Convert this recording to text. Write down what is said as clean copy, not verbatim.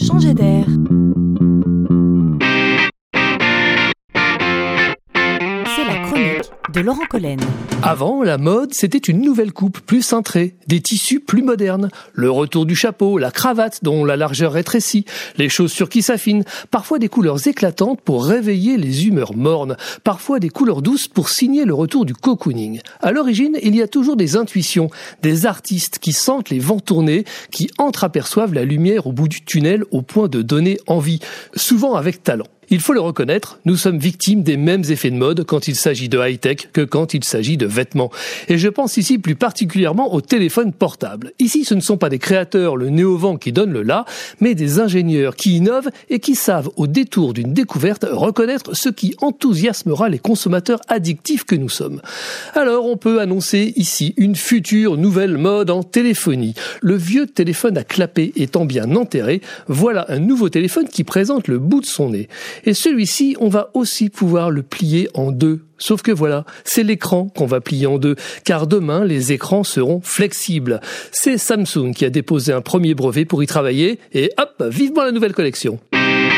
changer d'air. C'est la chronique de Laurent Collen. Avant, la mode, c'était une nouvelle coupe plus cintrée, des tissus plus modernes, le retour du chapeau, la cravate dont la largeur rétrécit, les chaussures qui s'affinent, parfois des couleurs éclatantes pour réveiller les humeurs mornes, parfois des couleurs douces pour signer le retour du cocooning. À l'origine, il y a toujours des intuitions, des artistes qui sentent les vents tourner, qui entreaperçoivent la lumière au bout du tunnel au point de donner envie, souvent avec talent. Il faut le reconnaître, nous sommes victimes des mêmes effets de mode quand il s'agit de high-tech que quand il s'agit de vêtements. Et je pense ici plus particulièrement aux téléphones portables. Ici, ce ne sont pas des créateurs, le nez au vent qui donnent le là, mais des ingénieurs qui innovent et qui savent, au détour d'une découverte, reconnaître ce qui enthousiasmera les consommateurs addictifs que nous sommes. Alors, on peut annoncer ici une future nouvelle mode en téléphonie. Le vieux téléphone à clapet étant bien enterré, voilà un nouveau téléphone qui présente le bout de son nez. Et celui-ci, on va aussi pouvoir le plier en deux. Sauf que voilà, c'est l'écran qu'on va plier en deux, car demain, les écrans seront flexibles. C'est Samsung qui a déposé un premier brevet pour y travailler, et hop, vivement la nouvelle collection.